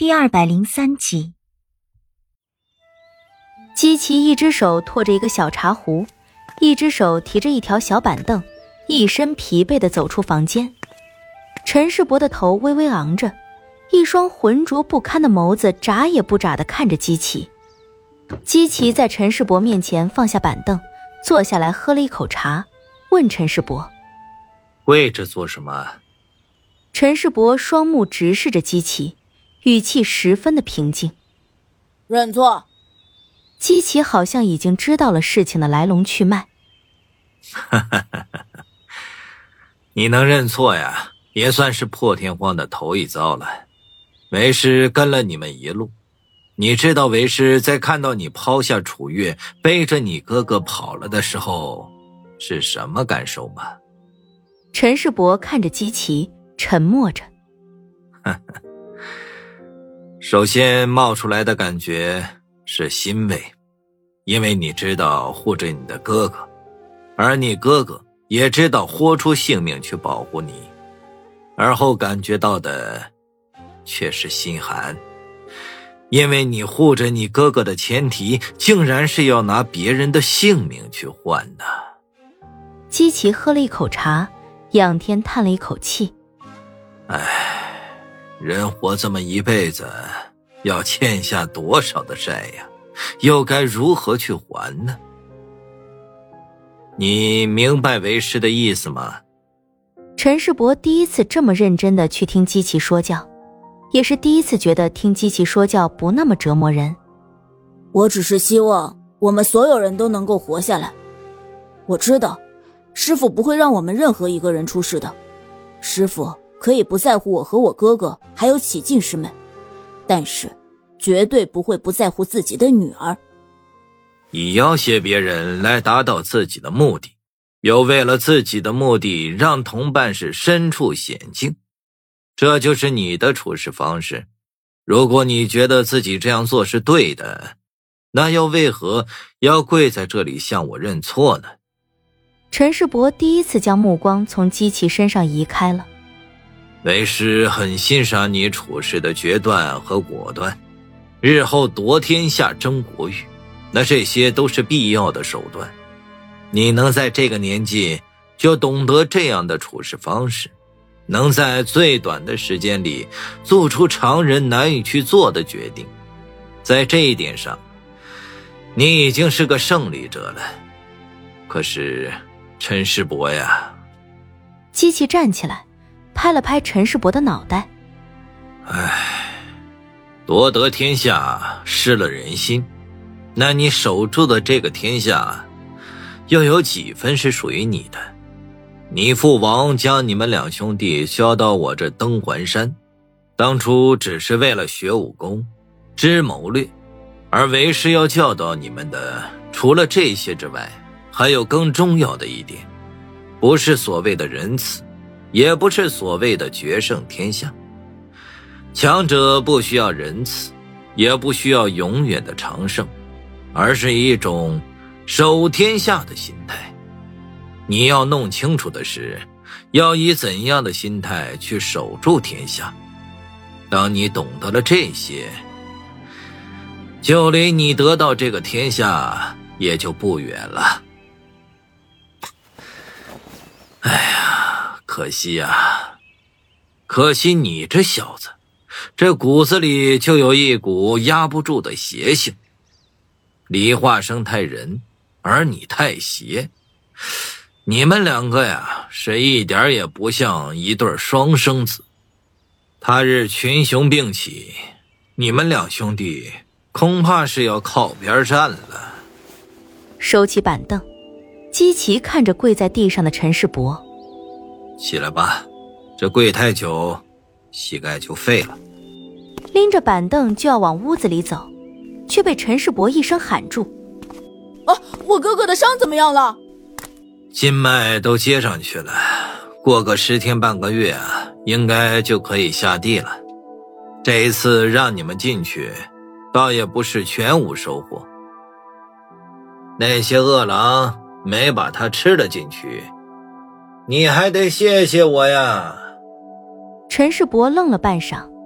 第203集。 姬奇一只手托着一个小茶壶，一只手提着一条小板凳，一身疲惫地走出房间。陈世伯的头微微昂着，一双浑浊不堪的眸子眨也不眨地看着姬奇。姬奇在陈世伯面前放下板凳，坐下来喝了一口茶，问陈世伯： 跪着做什么？ 陈世伯双目直视着姬奇，语气十分的平静。 认错。 姬奇好像已经知道了事情的来龙去脉。 你能认错呀，也算是破天荒的头一遭了。为师跟了你们一路，你知道为师在看到你抛下楚月，背着你哥哥跑了的时候是什么感受吗？ 陈世伯看着姬奇，沉默着。 首先冒出来的感觉是欣慰，因为你知道护着你的哥哥，而你哥哥也知道豁出性命去保护你。而后感觉到的却是心寒，因为你护着你哥哥的前提竟然是要拿别人的性命去换的。 姬奇喝了一口茶，仰天叹了一口气。 人活这么一辈子，要欠下多少的债呀，又该如何去还呢？你明白为师的意思吗？ 陈世伯第一次这么认真地去听姬奇说教，也是第一次觉得听姬奇说教不那么折磨人。 我只是希望我们所有人都能够活下来。我知道师父不会让我们任何一个人出事的，师父可以不在乎我和我哥哥还有启进师们，但是绝对不会不在乎自己的女儿。 以要挟别人来达到自己的目的，又为了自己的目的让同伴是身处险境，这就是你的处事方式。如果你觉得自己这样做是对的，那又为何要跪在这里向我认错呢？ 陈世伯第一次将目光从姬奇身上移开了。 为师很欣赏你处事的决断和果断，日后夺天下争国域，那这些都是必要的手段。你能在这个年纪就懂得这样的处事方式，能在最短的时间里做出常人难以去做的决定，在这一点上你已经是个胜利者了。可是陈世伯呀。 姬奇站起来拍了拍陈世伯的脑袋。 夺得天下失了人心，那你守住的这个天下又有几分是属于你的？你父王将你们两兄弟交到我这登环山，当初只是为了学武功知谋略，而为师要教导你们的除了这些之外，还有更重要的一点，不是所谓的仁慈，也不是所谓的决胜天下。强者不需要仁慈，也不需要永远的长胜，而是一种守天下的心态。你要弄清楚的是，要以怎样的心态去守住天下。当你懂得了这些，就离你得到这个天下也就不远了。可惜呀，可惜你这小子，这骨子里就有一股压不住的邪性。李化生太仁，而你太邪，你们两个呀，是一点也不像一对双生子。他日群雄并起，你们两兄弟恐怕是要靠边站了。 收起板凳，姬奇看着跪在地上的陈世伯。 起来吧，这跪太久，膝盖就废了。 拎着板凳就要往屋子里走，却被陈世伯一声喊住。 我哥哥的伤怎么样了？ 筋脉都接上去了，过个10天半个月啊，应该就可以下地了。这一次让你们进去，倒也不是全无收获。那些恶狼没把他吃了进去，你还得谢谢我呀。 陈世伯愣了半晌，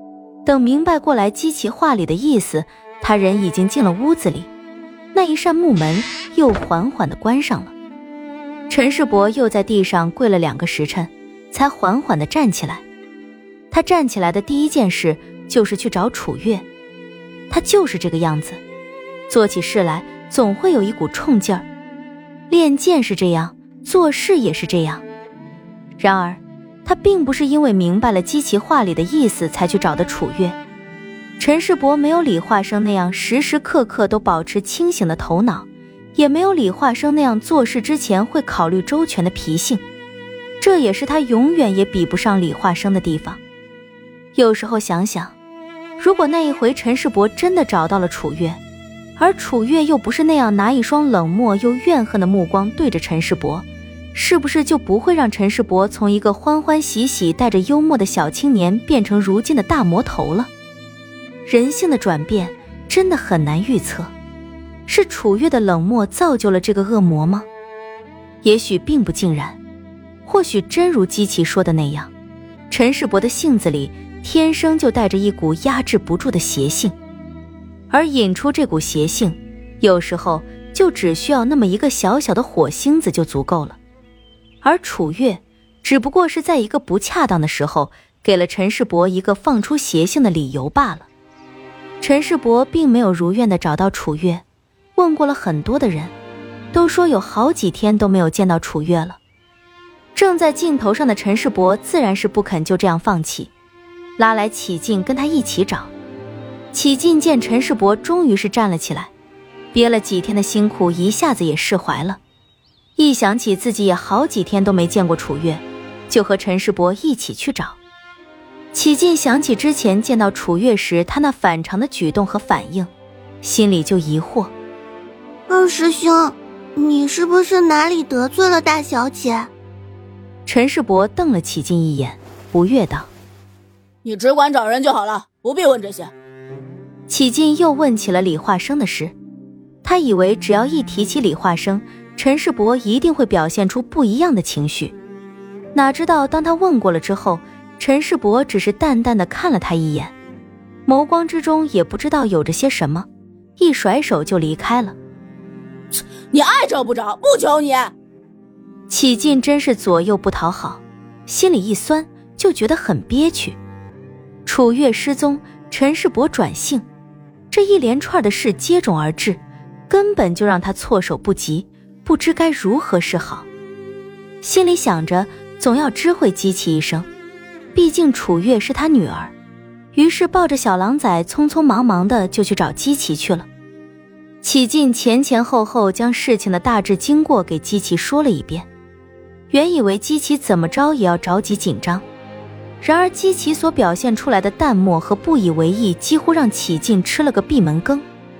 等明白过来机器话里的意思，他人已经进了屋子里，那一扇木门又缓缓地关上了。陈世伯又在地上跪了2个时辰，才缓缓地站起来。他站起来的第一件事就是去找楚月。他就是这个样子，做起事来总会有一股冲劲儿。练剑是这样，做事也是这样。然而他并不是因为明白了机器话里的意思才去找的楚月。陈世伯没有李化生那样时时刻刻都保持清醒的头脑，也没有李化生那样做事之前会考虑周全的脾性，这也是他永远也比不上李化生的地方。有时候想想，如果那一回陈世伯真的找到了楚月，而楚月又不是那样拿一双冷漠又怨恨的目光对着陈世伯，是不是就不会让陈世伯从一个欢欢喜喜带着幽默的小青年变成如今的大魔头了？人性的转变真的很难预测，是楚月的冷漠造就了这个恶魔吗？也许并不尽然，或许真如姬奇说的那样，陈世伯的性子里天生就带着一股压制不住的邪性，而引出这股邪性，有时候就只需要那么一个小小的火星子就足够了。而楚月只不过是在一个不恰当的时候，给了陈世伯一个放出邪性的理由罢了。陈世伯并没有如愿地找到楚月，问过了很多的人，都说有好几天都没有见到楚月了。正在劲头上的陈世伯自然是不肯就这样放弃，拉来启进跟他一起找。启进见陈世伯终于是站了起来，憋了几天的辛苦一下子也释怀了，一想起自己也好几天都没见过楚月，就和陈世伯一起去找。启进想起之前见到楚月时他那反常的举动和反应，心里就疑惑： 二师兄，你是不是哪里得罪了大小姐？ 陈世伯瞪了启进一眼，不悦道： 你只管找人就好了，不必问这些。 启进又问起了李化生的事，他以为只要一提起李化生，陈世伯一定会表现出不一样的情绪，哪知道当他问过了之后，陈世伯只是淡淡地看了他一眼，眸光之中也不知道有着些什么，一甩手就离开了。 你爱找不找，不求你。 启进真是左右不讨好，心里一酸，就觉得很憋屈。楚月失踪，陈世伯转性，这一连串的事接踵而至，根本就让他措手不及，不知该如何是好。心里想着总要知会姬奇一声，毕竟楚月是他女儿，于是抱着小狼崽匆匆忙忙的就去找姬奇去了。启进前前后后将事情的大致经过给姬奇说了一遍，原以为姬奇怎么着也要着急紧张，然而姬奇所表现出来的淡漠和不以为意，几乎让启进吃了个闭门羹。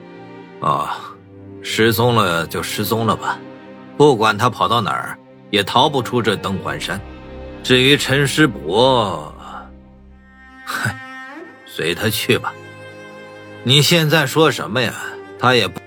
失踪了就失踪了吧，不管他跑到哪儿，也逃不出这登环山。至于陈师伯，随他去吧。你现在说什么呀？他也不